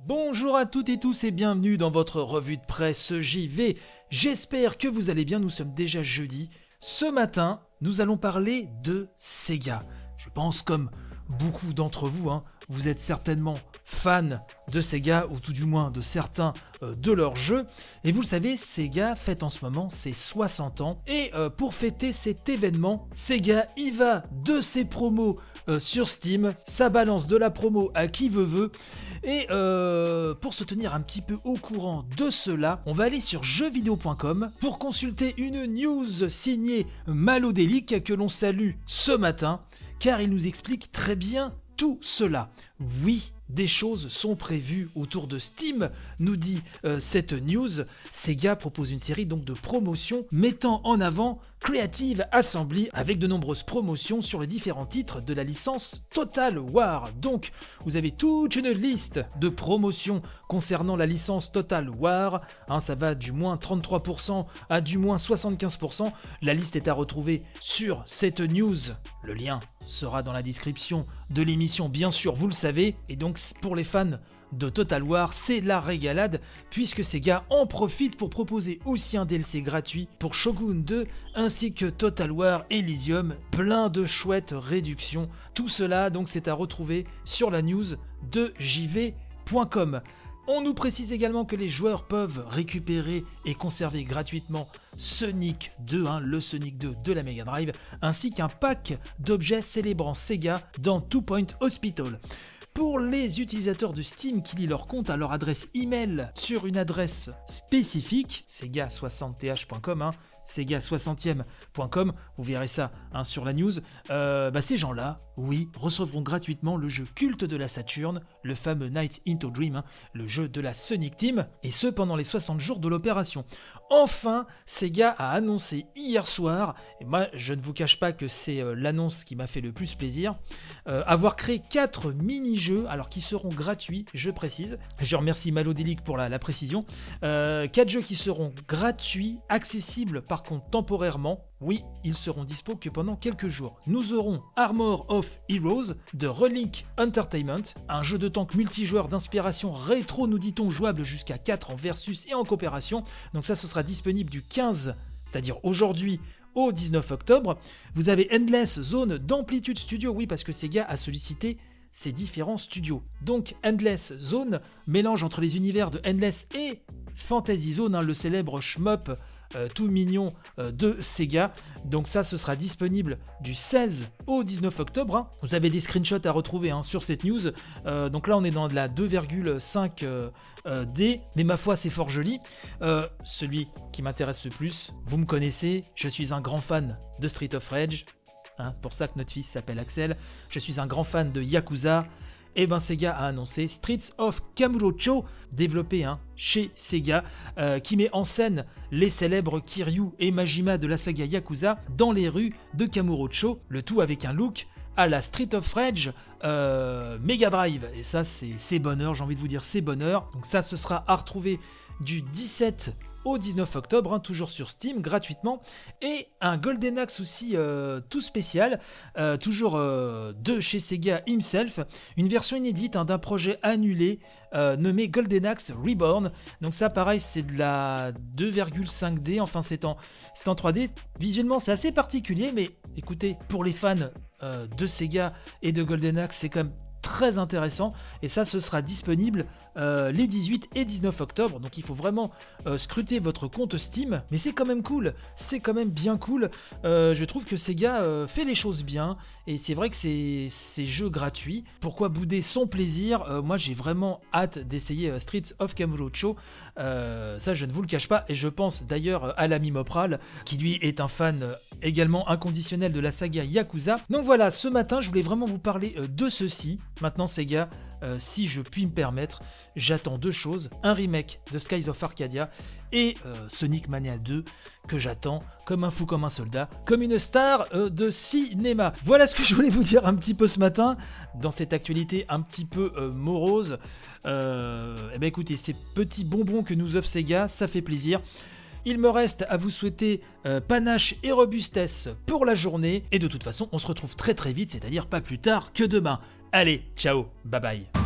Bonjour à toutes et tous et bienvenue dans votre revue de presse JV. J'espère que vous allez bien, nous sommes déjà jeudi. Ce matin, nous allons parler de Sega. Je pense comme beaucoup d'entre vous, vous êtes certainement fans de Sega, ou tout du moins de certains de leurs jeux. Et vous le savez, Sega fête en ce moment ses 60 ans. Et pour fêter cet événement, Sega y va de ses promos sur Steam. Ça balance de la promo à qui veut. Et pour se tenir un petit peu au courant de cela, on va aller sur jeuxvideo.com pour consulter une news signée Malodélique que l'on salue ce matin, car il nous explique très bien tout cela. Oui, des choses sont prévues autour de Steam, nous dit cette news. Sega propose une série donc de promotions mettant en avant Creative Assembly avec de nombreuses promotions sur les différents titres de la licence Total War. Donc, vous avez toute une liste de promotions concernant la licence Total War. Ça va du moins 33% à du moins 75%. La liste est à retrouver sur cette news. Le lien sera dans la description de l'émission, bien sûr, vous le savez. Et donc, pour les fans de Total War, c'est la régalade, puisque Sega en profite pour proposer aussi un DLC gratuit pour Shogun 2, ainsi que Total War Elysium, plein de chouettes réductions. Tout cela, donc, c'est à retrouver sur la news de jv.com. On nous précise également que les joueurs peuvent récupérer et conserver gratuitement Sonic 2, le Sonic 2 de la Mega Drive, ainsi qu'un pack d'objets célébrant Sega dans Two Point Hospital. Pour les utilisateurs de Steam qui lient leur compte à leur adresse email sur une adresse spécifique, sega60th.com, sega60th.com, vous verrez ça sur la news, ces gens-là, oui, recevront gratuitement le jeu culte de la Saturn, le fameux Night into Dream, le jeu de la Sonic Team, et ce pendant les 60 jours de l'opération. Enfin, Sega a annoncé hier soir, et moi je ne vous cache pas que c'est l'annonce qui m'a fait le plus plaisir, avoir créé 4 mini-jeux, alors qui seront gratuits, je précise, je remercie Malodélique pour la précision, 4 jeux qui seront gratuits, accessibles par contre temporairement. Oui, ils seront dispo que pendant quelques jours. Nous aurons Armor of Heroes de Relic Entertainment, un jeu de tank multijoueur d'inspiration rétro, nous dit-on, jouable jusqu'à 4 en versus et en coopération. Donc ça, ce sera disponible du 15, c'est-à-dire aujourd'hui, au 19 octobre. Vous avez Endless Zone d'Amplitude Studio, oui, parce que Sega a sollicité ces différents studios. Donc Endless Zone, mélange entre les univers de Endless et Fantasy Zone, le célèbre shmup tout mignon de Sega. Donc ça, ce sera disponible du 16 au 19 octobre. Vous avez des screenshots à retrouver sur cette news. Donc là, on est dans de la 2,5D, mais ma foi, c'est fort joli. Celui qui m'intéresse le plus, vous me connaissez, je suis un grand fan de Street of Rage. C'est pour ça que notre fils s'appelle Axel. Je suis un grand fan de Yakuza. Et Sega a annoncé Streets of Kamurocho, développé chez Sega, qui met en scène les célèbres Kiryu et Majima de la saga Yakuza dans les rues de Kamurocho, le tout avec un look à la Street of Rage Mega Drive. Et ça, c'est bonheur, j'ai envie de vous dire, c'est bonheur. Donc ça, ce sera à retrouver du 17 au 19 octobre, toujours sur Steam, gratuitement, et un Golden Axe aussi tout spécial, toujours de chez Sega himself, une version inédite d'un projet annulé nommé Golden Axe Reborn. Donc ça, pareil, c'est de la 2,5D, enfin c'est en 3D. Visuellement, c'est assez particulier, mais écoutez, pour les fans de Sega et de Golden Axe, c'est quand même très intéressant, et ça, ce sera disponible les 18 et 19 octobre, donc il faut vraiment scruter votre compte Steam, mais c'est quand même cool, c'est quand même bien cool. Je trouve que Sega fait les choses bien, et c'est vrai que ces jeux gratuits, pourquoi bouder son plaisir? Moi j'ai vraiment hâte d'essayer Streets of Kamurocho, ça je ne vous le cache pas, et je pense d'ailleurs à l'ami Mopral, qui lui est un fan également inconditionnel de la saga Yakuza. Donc voilà, ce matin je voulais vraiment vous parler de ceci. Maintenant Sega, si je puis me permettre, j'attends 2 choses, un remake de Skies of Arcadia et Sonic Mania 2 que j'attends comme un fou, comme un soldat, comme une star de cinéma. Voilà ce que je voulais vous dire un petit peu ce matin dans cette actualité un petit peu morose. Écoutez, ces petits bonbons que nous offre Sega, ça fait plaisir. Il me reste à vous souhaiter panache et robustesse pour la journée, et de toute façon on se retrouve très très vite, c'est-à-dire pas plus tard que demain. Allez, ciao, bye bye.